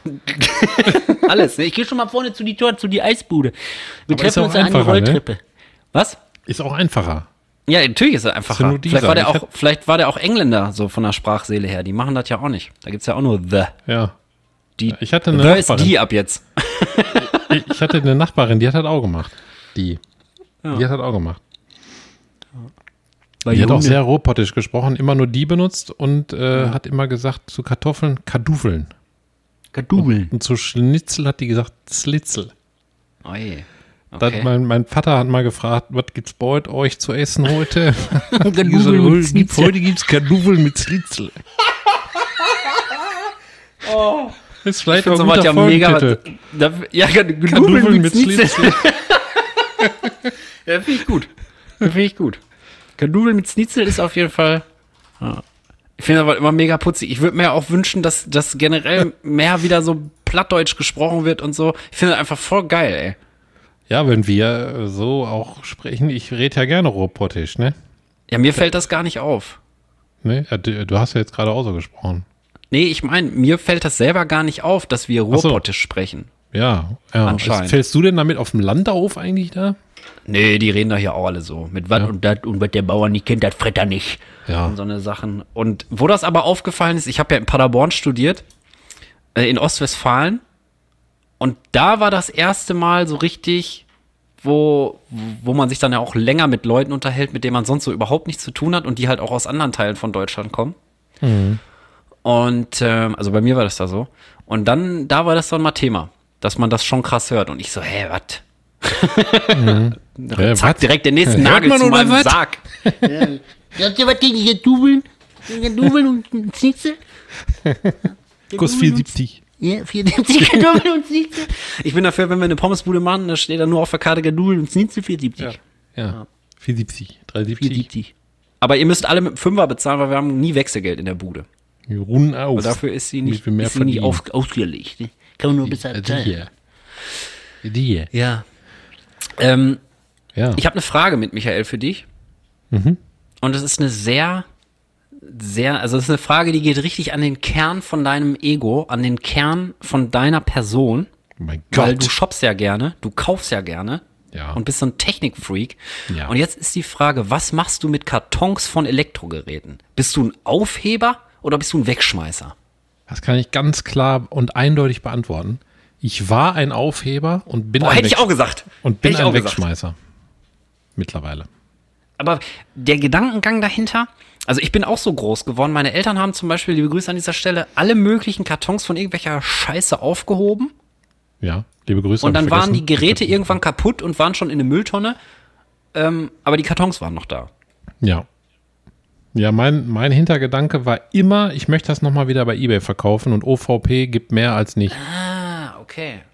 alles. Ne? Ich gehe schon mal vorne zu die Tor, zu die Eisbude. Wir aber treffen uns an die Rolltreppe. Ne? Was? Ist auch einfacher. Ja, natürlich ist er einfacher. Ist vielleicht, war der auch, vielleicht war der auch Engländer, so von der Sprachseele her. Die machen das ja auch nicht. Da gibt's ja auch nur the. Ja. Die, ich hatte eine the Nachbarin. Ist die ab jetzt. ich, ich hatte eine Nachbarin, die hat das auch gemacht. Die. Ja. Die hat das auch gemacht. Bei die Junge. Hat auch sehr ruhrpottisch gesprochen, immer nur die benutzt und äh, ja. hat immer gesagt zu Kartoffeln, Kardufeln. Kardufeln. Und, und zu Schnitzel hat die gesagt, Slitzel. Oh je. Okay. Das, mein, mein Vater hat mal gefragt, was gibt's bei euch zu essen heute? Heute gibt's Kartoffeln mit Schnitzel. Oh. Das ist vielleicht ich auch ein guter ja mega. Da, ja, Kartoffeln mit, mit Schnitzel. Ja, finde ich gut. Finde ich gut. Kartoffeln mit Schnitzel ist auf jeden Fall. Ja. Ich finde aber immer mega putzig. Ich würde mir auch wünschen, dass, dass generell mehr wieder so Plattdeutsch gesprochen wird und so. Ich finde das einfach voll geil, ey. Ja, wenn wir so auch sprechen, ich rede ja gerne ruhrpottisch, ne? Ja, mir fällt das gar nicht auf. Ne? Du, du hast ja jetzt gerade auch so gesprochen. Nee, ich meine, mir fällt das selber gar nicht auf, dass wir ruhrpottisch so. sprechen. Ja, ja. Anscheinend. Also, fällst du denn damit auf dem Land auf eigentlich da? Nee, die reden da hier auch alle so. Mit was ja. und das und was der Bauer nicht kennt, das fret er nicht. Ja. Und so eine Sachen. Und wo das aber aufgefallen ist, ich habe ja in Paderborn studiert, äh, in Ostwestfalen. Und da war das erste Mal so richtig, wo, wo man sich dann ja auch länger mit Leuten unterhält, mit denen man sonst so überhaupt nichts zu tun hat und die halt auch aus anderen Teilen von Deutschland kommen. Mhm. Und, ähm, also bei mir war das da so. Und dann, da war das dann mal Thema, dass man das schon krass hört. Und ich so, hä, was? Mhm. Ja, zack, wat? direkt den nächsten Hört Nagel zu meinem wat? Sarg. Ja. Habt ihr was gegen die Kartoffeln? Kartoffeln und Schnitzel? Kurs vier siebzig. Ja, vier siebzig Kartoffeln und Schnitzel. Ich bin dafür, wenn wir eine Pommesbude machen, da steht dann nur auf der Karte Kartoffeln und Schnitzel vier siebzig. Ja, ja. vier siebzig, drei siebzig. vier siebzig. Aber ihr müsst alle mit dem Fünfer bezahlen, weil wir haben nie Wechselgeld in der Bude. Wir ruhen auf. Aber dafür ist sie nicht, mehr ist sie nicht auf, ausgelegt. Ne? Kann man nur bezahlen. Die hier. Die hier. Ja. Ähm, ja. Ich habe eine Frage mit Michael für dich. Mhm. Und das ist eine sehr, sehr, also das ist eine Frage, die geht richtig an den Kern von deinem Ego, an den Kern von deiner Person. Oh mein Gott. Weil du shoppst ja gerne, du kaufst ja gerne. Ja. Und bist so ein Technikfreak. Ja. Und jetzt ist die Frage, was machst du mit Kartons von Elektrogeräten? Bist du ein Aufheber oder bist du ein Wegschmeißer? Das kann ich ganz klar und eindeutig beantworten. Ich war ein Aufheber und bin Boah, ein hätte ich Wegsch- auch gesagt. Und bin Hätte ich ein auch gesagt. Wegschmeißer. Mittlerweile. Aber der Gedankengang dahinter, also ich bin auch so groß geworden. Meine Eltern haben zum Beispiel, liebe Grüße an dieser Stelle, alle möglichen Kartons von irgendwelcher Scheiße aufgehoben. Ja, liebe Grüße. Und dann waren die Geräte irgendwann kaputt und waren schon in eine Mülltonne. Ähm, aber die Kartons waren noch da. Ja. Ja, mein, mein Hintergedanke war immer, ich möchte das nochmal wieder bei eBay verkaufen und O V P gibt mehr als nicht. Ah, okay.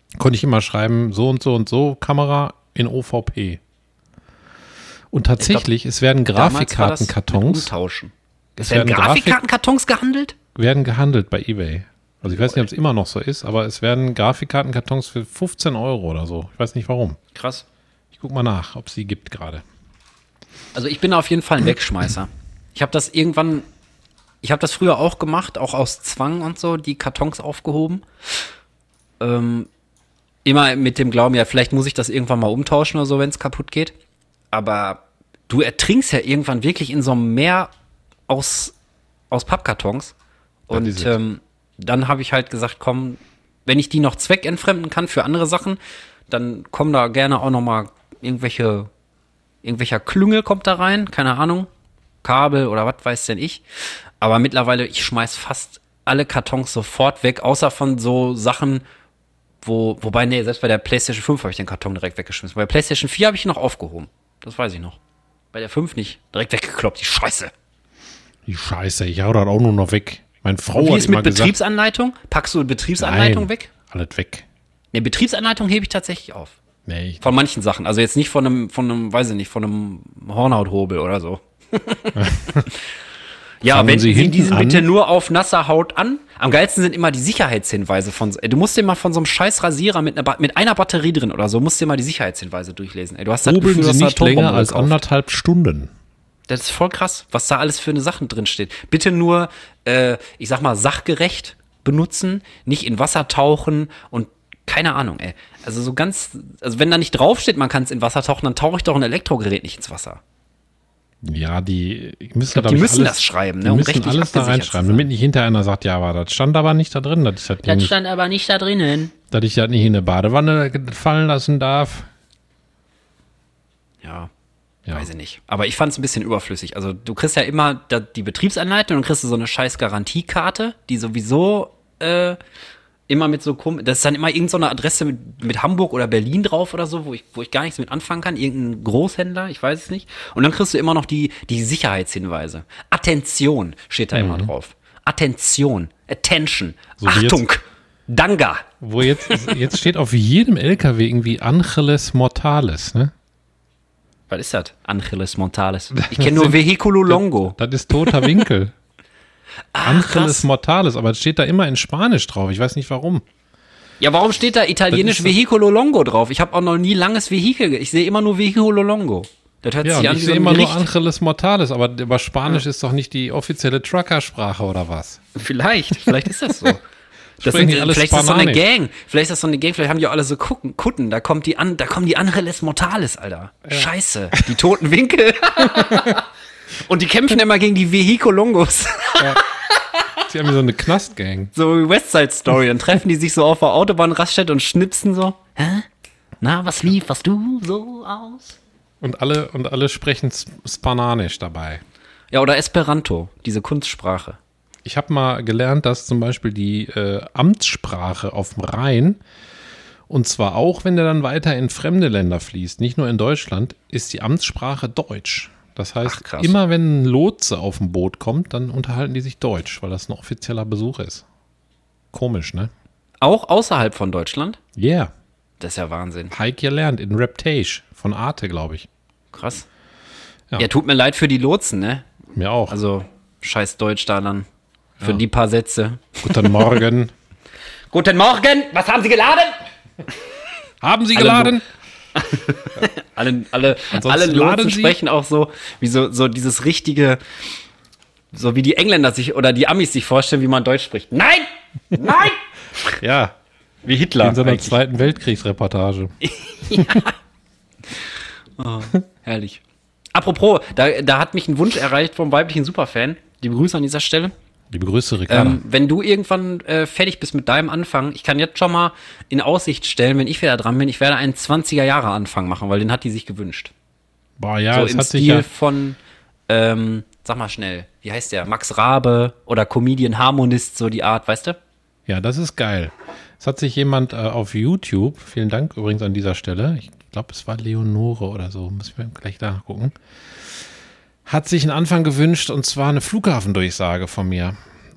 konnte ich immer schreiben, so und so und so, Kamera in O V P. Und tatsächlich, glaub, es werden Grafikkartenkartons. Umtauschen. Es, es werden, werden Grafikkartenkartons gehandelt? Werden gehandelt bei eBay. Also ich weiß nicht, ob es immer noch so ist, aber es werden Grafikkartenkartons für fünfzehn Euro oder so. Ich weiß nicht warum. Krass. Ich guck mal nach, ob es die gibt gerade. Also ich bin auf jeden Fall ein Wegschmeißer. Ich habe das irgendwann, ich habe das früher auch gemacht, auch aus Zwang und so, die Kartons aufgehoben. Ähm, immer mit dem Glauben, ja, vielleicht muss ich das irgendwann mal umtauschen oder so, wenn es kaputt geht. Aber du ertrinkst ja irgendwann wirklich in so einem Meer aus, aus Pappkartons. Und ähm, dann habe ich halt gesagt, komm, wenn ich die noch zweckentfremden kann für andere Sachen, dann kommen da gerne auch noch mal irgendwelche, irgendwelcher Klüngel kommt da rein, keine Ahnung, Kabel oder was weiß denn ich. Aber mittlerweile, ich schmeiß fast alle Kartons sofort weg, außer von so Sachen, wo, wobei, nee, selbst bei der PlayStation fünf habe ich den Karton direkt weggeschmissen. Bei der PlayStation vier habe ich ihn noch aufgehoben. Das weiß ich noch. Bei der fünf nicht. Direkt weggekloppt, die Scheiße. Die Scheiße, ich hau das auch nur noch weg. Meine Frau Wie hat ist immer mit gesagt, Betriebsanleitung? Packst du Betriebsanleitung nein, weg? Alles weg. Ne, Betriebsanleitung hebe ich tatsächlich auf. Nee, ich von manchen Sachen. Also jetzt nicht von einem, von einem, weiß ich nicht, von einem Hornhauthobel oder so. Ja, Fangen wenden Sie Sie hinten diesen an? bitte nur auf nasser Haut an. Am geilsten sind immer die Sicherheitshinweise von, ey, du musst dir mal von so einem scheiß Rasierer mit einer, ba- mit einer Batterie drin oder so, musst dir mal die Sicherheitshinweise durchlesen. Ey, du hast das Hobeln Gefühl, du Sie hast eine nicht länger Atombombe als gekauft. anderthalb Stunden. Das ist voll krass, was da alles für eine Sachen drin steht. Bitte nur, äh, ich sag mal, sachgerecht benutzen, nicht in Wasser tauchen und keine Ahnung, ey. Also so ganz, also wenn da nicht draufsteht, man kann es in Wasser tauchen, dann tauche ich doch ein Elektrogerät nicht ins Wasser. Ja, die müssen, Ich glaub, glaub die ich, müssen alles, das schreiben, die ne, um müssen rechtlich alles da abgesichert reinschreiben, zu sein. damit nicht hinterher einer sagt, ja, aber das stand aber nicht da drin, dass ich das, Das nicht, stand aber nicht da drinnen. dass ich das nicht in eine Badewanne fallen lassen darf. Ja, Ja. weiß ich nicht. Aber ich fand es ein bisschen überflüssig. Also du kriegst ja immer da, die Betriebsanleitung und kriegst du so eine scheiß Garantiekarte, die sowieso äh, immer mit so kom- das ist dann immer irgendeine so eine Adresse mit, mit Hamburg oder Berlin drauf oder so, wo ich, wo ich gar nichts mit anfangen kann. Irgendein Großhändler, ich weiß es nicht. Und dann kriegst du immer noch die, die Sicherheitshinweise. Attention steht da Mhm. immer drauf. Attention, Attention, So wie Achtung, Danga. Wo jetzt, jetzt steht auf jedem L K W irgendwie Angeles Mortales, ne? Was ist das? Angeles Mortales. Ich kenne nur Vehiculo Longo. Das ist toter Winkel. Ah, Angeles krass. Mortales, aber es steht da immer in Spanisch drauf. Ich weiß nicht warum. Ja, warum steht da italienisch Das ist- Vehiculo Longo drauf? Ich habe auch noch nie langes Vehikel. ge- Ich sehe immer nur Vehiculo Longo. Das hört Ja, sich und an ich wie sehe so ein immer nur Gericht. Angeles Mortales, aber, aber Spanisch ist doch nicht die offizielle Truckersprache oder was? Vielleicht, vielleicht ist das so. Das Sprechen sind, die alles vielleicht ist das so eine Spanisch? Gang. Vielleicht ist das so eine Gang. Vielleicht haben die auch alle so Kutten. Kutten. Da kommt die an. Da kommen die Angeles Mortales, Alter. Scheiße. Die toten Winkel. Und die kämpfen immer gegen die Vehiculongos. Sie haben hier so eine Knastgang. So wie West Side Story. Dann treffen die sich so auf der Autobahnraststätte und schnipsen so. Hä? Na, was lief, was du so aus? Und alle, und alle sprechen S- Spanisch dabei. Ja, oder Esperanto, diese Kunstsprache. Ich habe mal gelernt, dass zum Beispiel die äh, Amtssprache auf dem Rhein, und zwar auch, wenn der dann weiter in fremde Länder fließt, nicht nur in Deutschland, ist die Amtssprache Deutsch. Das heißt, Ach, krass. immer wenn ein Lotse auf dem Boot kommt, dann unterhalten die sich Deutsch, weil das ein offizieller Besuch ist. Komisch, ne? Auch außerhalb von Deutschland? Yeah. Das ist ja Wahnsinn. Heik gelernt in Reptage von Arte, glaube ich. Krass. Ja. Ja. tut mir leid für die Lotsen, ne? Mir auch. Also, scheiß Deutsch da dann. Für Ja. die paar Sätze. Guten Morgen. Guten Morgen, was haben Sie geladen? Haben Sie Alle geladen? Alle, alle, Ansonsten alle laden Lotsen Sie? sprechen auch so, wie so, so dieses richtige, so wie die Engländer sich oder die Amis sich vorstellen, wie man Deutsch spricht. Nein! Nein! Ja, Wie Hitler. in so einer eigentlich. Zweiten Weltkriegsreportage. Oh, herrlich. Apropos, da, da hat mich ein Wunsch erreicht vom weiblichen Superfan. Die Grüße an dieser Stelle. Liebe Grüße, Ricarda. Ähm, wenn du irgendwann äh, fertig bist mit deinem Anfang, ich kann jetzt schon mal in Aussicht stellen, wenn ich wieder dran bin, ich werde einen zwanziger-Jahre-Anfang machen, weil den hat die sich gewünscht. Boah, ja, so es im hat sich Stil ja, von, ähm, sag mal schnell, wie heißt der? Max Rabe oder Comedian Harmonist, so die Art, weißt du? ja, das ist geil. Es hat sich jemand äh, auf YouTube, vielen Dank übrigens an dieser Stelle, ich glaube, es war Leonore oder so, müssen wir gleich nachgucken, hat sich einen Anfang gewünscht und zwar eine Flughafendurchsage von mir.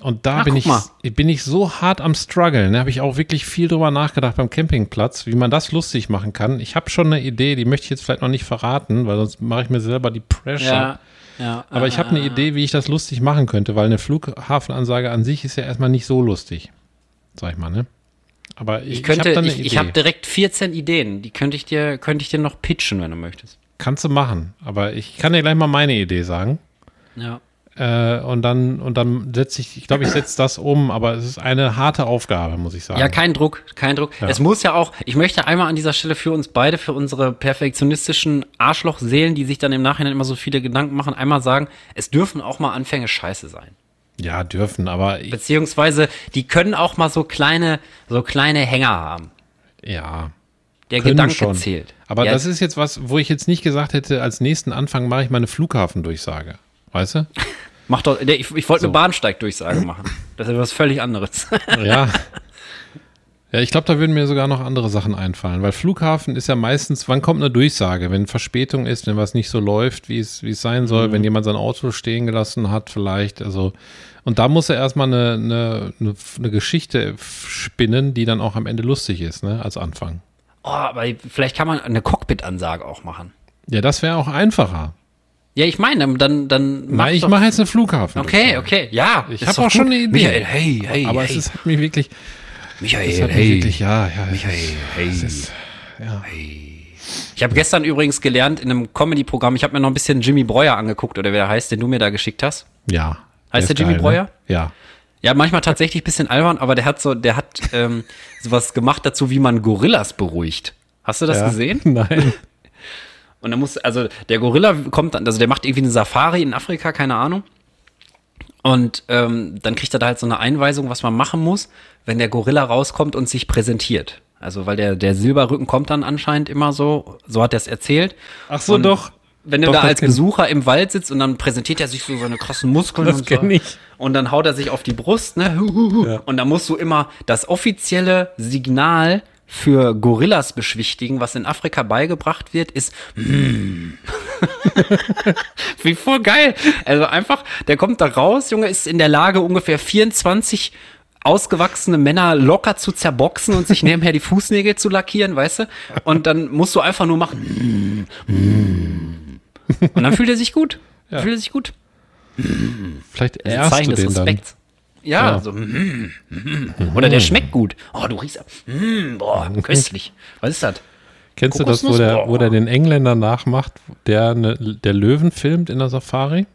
Und da Ach, bin guck ich, mal. bin ich so hart am struggeln. Da habe ich auch wirklich viel drüber nachgedacht beim Campingplatz, wie man das lustig machen kann. Ich habe schon eine Idee, die möchte ich jetzt vielleicht noch nicht verraten, weil sonst mache ich mir selber die Pressure. Ja, ja. Aber ich habe eine Idee, wie ich das lustig machen könnte, weil eine Flughafenansage an sich ist ja erstmal nicht so lustig, sag ich mal, ne? Aber ich, Ich könnte, ich habe ich, ich habe direkt vierzehn Ideen, die könnte ich dir, könnte ich dir noch pitchen, wenn du möchtest. Kannst du machen, aber ich kann dir gleich mal meine Idee sagen. Ja. Äh, und dann, und dann setze ich, ich glaube, ich setze das um, aber es ist eine harte Aufgabe, muss ich sagen. Ja, kein Druck, kein Druck. Ja. Es muss ja auch, ich möchte einmal an dieser Stelle für uns beide, für unsere perfektionistischen Arschlochseelen, die sich dann im Nachhinein immer so viele Gedanken machen, einmal sagen, es dürfen auch mal Anfänge scheiße sein. Ja, dürfen, aber ich, Beziehungsweise, die können auch mal so kleine, so kleine Hänger haben. ja. Der Können Gedanke schon. zählt. Aber Ja, das ist jetzt was, wo ich jetzt nicht gesagt hätte, als nächsten Anfang mache ich mal eine Flughafendurchsage. Weißt du? Mach doch, ich, ich wollte So. eine Bahnsteigdurchsage machen. Das ist was völlig anderes. Ja. Ja, ich glaube, da würden mir sogar noch andere Sachen einfallen, weil Flughafen ist ja meistens, wann kommt eine Durchsage? Wenn Verspätung ist, wenn was nicht so läuft, wie es wie es sein soll, wenn jemand sein Auto stehen gelassen hat vielleicht, also und da muss er erstmal eine, eine, eine, eine Geschichte spinnen, die dann auch am Ende lustig ist, ne, als Anfang. Oh, aber vielleicht kann man eine Cockpit-Ansage auch machen. Ja, das wäre auch einfacher. Ja, ich meine, dann, dann mach Na, ich doch- mache jetzt eine Flughafen. Okay, okay, ja. Ich ist habe doch auch schon gut. eine Idee. Michael, hey, hey, Aber hey. es ist, hat mich wirklich, Michael, es hat mich hey. wirklich, ja, ja. Michael, hey. Es ist, ja. Ich habe gestern übrigens gelernt in einem Comedy-Programm, ich habe mir noch ein bisschen Jimmy Breuer angeguckt, oder wer der heißt, den du mir da geschickt hast. Ja. Heißt ist der Jimmy geil, Breuer? Ne? Ja. Ja, manchmal tatsächlich ein bisschen albern, aber der hat so, der hat ähm, sowas gemacht dazu, wie man Gorillas beruhigt. Hast du das ja. gesehen? Nein. Und dann muss, also der Gorilla kommt dann, also der macht irgendwie eine Safari in Afrika, keine Ahnung. Und ähm, dann kriegt er da halt so eine Einweisung, was man machen muss, wenn der Gorilla rauskommt und sich präsentiert. Also weil der, der Silberrücken kommt dann anscheinend immer so, so hat er es erzählt. Ach so, Und doch. Wenn du Doch, da das als kenn- Besucher im Wald sitzt und dann präsentiert er sich so seine krassen Muskeln Das und so. kenn ich. Und dann haut er sich auf die Brust, ne? Ja. Und dann musst du immer das offizielle Signal für Gorillas beschwichtigen, was in Afrika beigebracht wird, ist mm. Wie voll geil. Also einfach, der kommt da raus, Junge, ist in der Lage, ungefähr vierundzwanzig ausgewachsene Männer locker zu zerboxen und sich nebenher die Fußnägel zu lackieren, weißt du? Und dann musst du einfach nur machen. Und dann fühlt er sich gut. Ja. Fühlt er sich gut. Vielleicht Das ist ein erst Zeichen du des den dann. Respekts. Ja, Ja. so. Mm, mm. Oder der schmeckt gut. Oh, du riechst. Mm, boah, köstlich. Was ist das? Kennst du das, wo Kokosnuss? der, wo Boah. der den Engländer nachmacht, der, ne, der Löwen filmt in der Safari?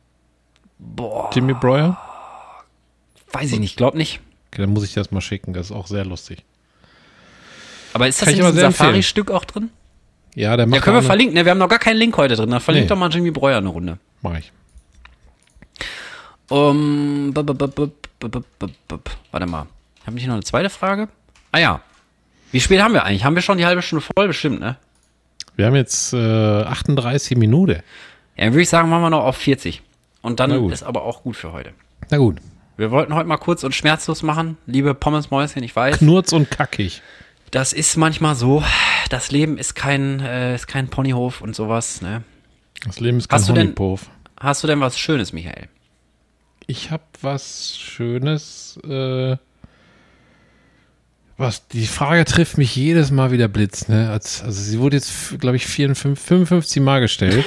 Boah, Jimmy Breuer? weiß ich nicht, glaub nicht. Okay, dann muss ich das mal schicken, das ist auch sehr lustig. Aber ist das Kann in ich aber diesem sehr empfehlen. Safari-Stück auch drin? Ja, der macht Ja, können wir auch eine- verlinken. Ne? Wir haben noch gar keinen Link heute drin. Dann verlinkt Nee. doch mal Jimmy Breuer eine Runde. Mach ich. Um, b- b- b- b- b- b- b- b- warte mal. Haben wir hier noch eine zweite Frage? Ah ja. Wie spät haben wir eigentlich? Haben wir schon die halbe Stunde voll bestimmt, ne? Wir haben jetzt äh, achtunddreißig Minuten. Ja, dann würde ich sagen, machen wir noch auf vierzig. Und Na dann gut. ist aber auch gut für heute. Na gut. Wir wollten heute mal kurz und schmerzlos machen, liebe Pommesmäuschen, ich weiß, Knurz und kackig. das ist manchmal so. Das Leben ist kein, äh, ist kein Ponyhof und sowas, ne? Das Leben ist kein Hast du denn- Honigpuff. Hast du denn was Schönes, Michael? Ich habe was Schönes. Äh, was die Frage trifft mich jedes Mal wieder Blitz. Ne? Als, also sie wurde jetzt, glaube ich, vierundfünfzig, fünfundfünfzig Mal gestellt.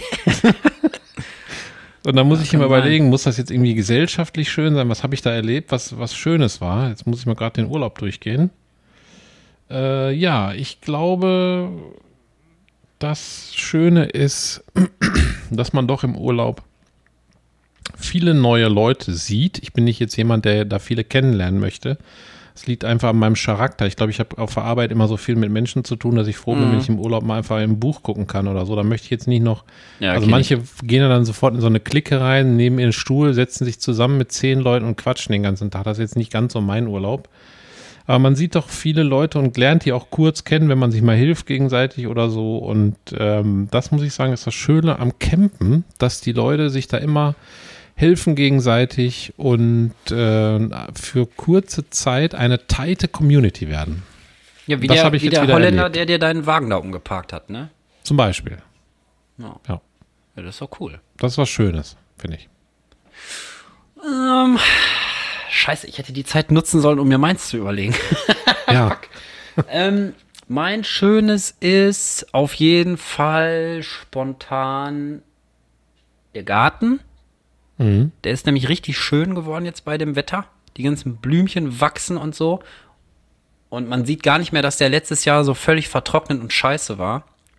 Und dann muss ich immer kann sein. überlegen, muss das jetzt irgendwie gesellschaftlich schön sein? Was habe ich da erlebt, was, was Schönes war? Jetzt muss ich mal gerade den Urlaub durchgehen. Äh, ja, ich glaube, das Schöne ist, dass man doch im Urlaub viele neue Leute sieht. Ich bin nicht jetzt jemand, der da viele kennenlernen möchte. Es liegt einfach an meinem Charakter. Ich glaube, ich habe auf der Arbeit immer so viel mit Menschen zu tun, dass ich froh bin, Mhm. wenn ich im Urlaub mal einfach im Buch gucken kann oder so. Da möchte ich jetzt nicht noch. Ja, also kenn manche gehen ja dann sofort in so eine Clique rein, nehmen ihren Stuhl, setzen sich zusammen mit zehn Leuten und quatschen den ganzen Tag. Das ist jetzt nicht ganz so mein Urlaub. Aber man sieht doch viele Leute und lernt die auch kurz kennen, wenn man sich mal hilft gegenseitig oder so. Und ähm, das muss ich sagen, ist das Schöne am Campen, dass die Leute sich da immer helfen gegenseitig und äh, für kurze Zeit eine tighte Community werden. Ja, wie Das der, hab ich wie jetzt der wieder Holländer, erlebt. der dir deinen Wagen da umgeparkt hat, ne? Zum Beispiel. Ja. Ja. Ja, das ist doch cool. Das ist was Schönes, finde ich. Ähm, scheiße, ich hätte die Zeit nutzen sollen, um mir meins zu überlegen. Ja. ähm, mein Schönes ist auf jeden Fall spontan der Garten. Mhm. Der ist nämlich richtig schön geworden jetzt bei dem Wetter. Die ganzen Blümchen wachsen und so. Und man sieht gar nicht mehr, dass der letztes Jahr so völlig vertrocknet und scheiße war.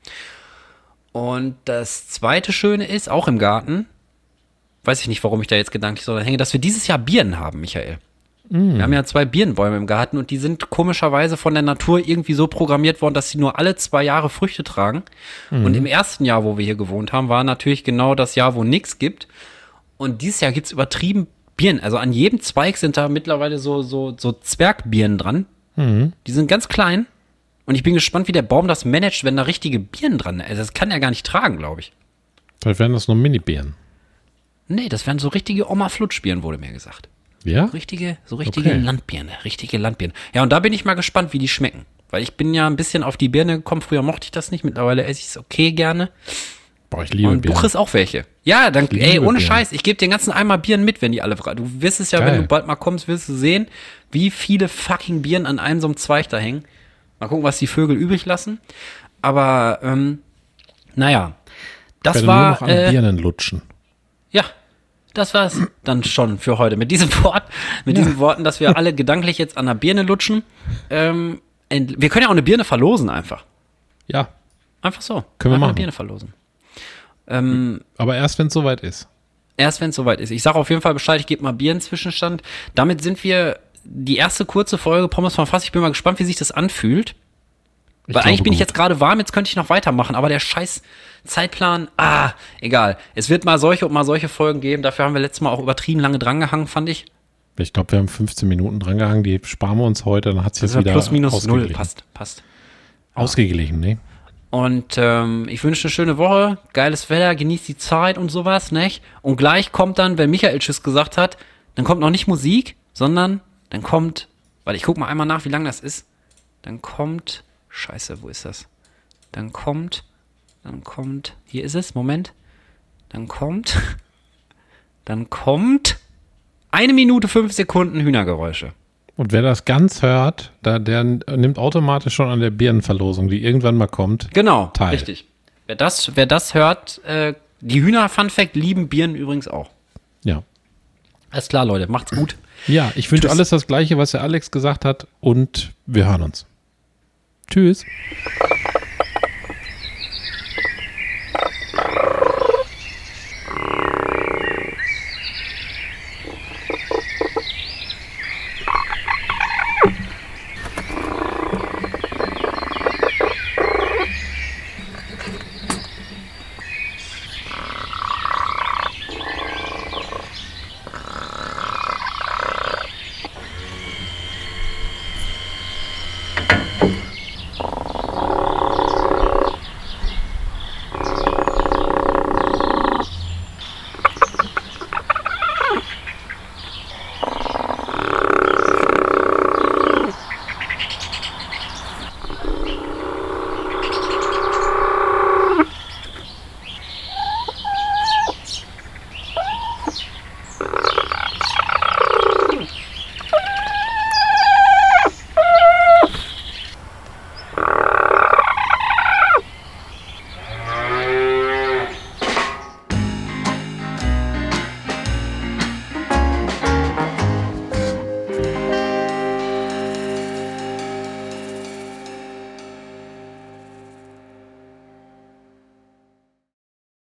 Und das zweite Schöne ist, auch im Garten, weiß ich nicht, warum ich da jetzt gedanklich so hänge, dass wir dieses Jahr Birnen haben, Michael. Mm. Wir haben ja zwei Birnenbäume im Garten und die sind komischerweise von der Natur irgendwie so programmiert worden, dass sie nur alle zwei Jahre Früchte tragen. Mm. Und im ersten Jahr, wo wir hier gewohnt haben, war natürlich genau das Jahr, wo nichts gibt. Und dieses Jahr gibt's übertrieben Birnen. Also an jedem Zweig sind da mittlerweile so, so, so Zwergbirnen dran. Mm. Die sind ganz klein. Und ich bin gespannt, wie der Baum das managt, wenn da richtige Birnen dran sind. Also das kann er gar nicht tragen, glaube ich. Vielleicht werden das nur Mini-Birnen. Nee, das werden so richtige Oma-Flutschbirnen, wurde mir gesagt. Ja? Richtige, so richtige Okay. Landbirne, richtige Landbirne. Ja, und da bin ich mal gespannt, wie die schmecken. Weil ich bin ja ein bisschen auf die Birne gekommen. Früher mochte ich das nicht, mittlerweile esse ich es okay gerne. Boah, ich liebe Und du Birnen. kriegst auch welche. Ja, dann, liebe ey, ohne Birnen. Scheiß, ich gebe den ganzen Eimer Birnen mit, wenn die alle frei. Du wirst es ja, Geil. wenn du bald mal kommst, wirst du sehen, wie viele fucking Birnen an einem so einem Zweig da hängen. Mal gucken, was die Vögel übrig lassen. Aber, ähm, naja, Ich das werde war, nur noch an äh, Birnen lutschen. ja, das war's dann schon für heute. Mit diesem Wort, mit Ja. diesen Worten, dass wir alle gedanklich jetzt an der Birne lutschen. Ähm, ent- wir können ja auch eine Birne verlosen einfach. Ja, Einfach so. Können wir einfach machen. eine Birne verlosen. Ähm, aber erst, wenn es soweit ist. erst wenn es soweit ist. Ich sage auf jeden Fall Bescheid, ich gebe mal Birnen-Zwischenstand. Damit sind wir die erste kurze Folge Pommes vom Fass. Ich bin mal gespannt, wie sich das anfühlt. Ich Weil glaube, eigentlich bin ich gut. jetzt gerade warm, jetzt könnte ich noch weitermachen, aber der scheiß Zeitplan, ah, egal. Es wird mal solche und mal solche Folgen geben. Dafür haben wir letztes Mal auch übertrieben lange drangehangen, fand ich. Ich glaube, wir haben fünfzehn Minuten drangehangen. Die sparen wir uns heute. Dann hat sich Das jetzt war wieder plus minus null. ausgeglichen. Passt, passt. Ausgeglichen, ne? Und ähm, ich wünsche eine schöne Woche, geiles Wetter, genießt die Zeit und sowas, nicht? Und gleich kommt dann, wenn Michael Tschüss gesagt hat, dann kommt noch nicht Musik, sondern dann kommt, weil ich guck mal einmal nach, wie lang das ist. Dann kommt, scheiße, wo ist das? Dann kommt, dann kommt, hier ist es, Moment. Dann kommt, dann kommt eine Minute fünf Sekunden Hühnergeräusche. Und wer das ganz hört, da, der nimmt automatisch schon an der Birnenverlosung, die irgendwann mal kommt. Genau, teil. richtig. Wer das, wer das hört, äh, die Hühner, Fun Fact, lieben Birnen übrigens auch. Ja. Alles klar, Leute, macht's gut. Ja, ich wünsche Tschüss. alles das Gleiche, was der Alex gesagt hat. Und wir hören uns. Tschüss.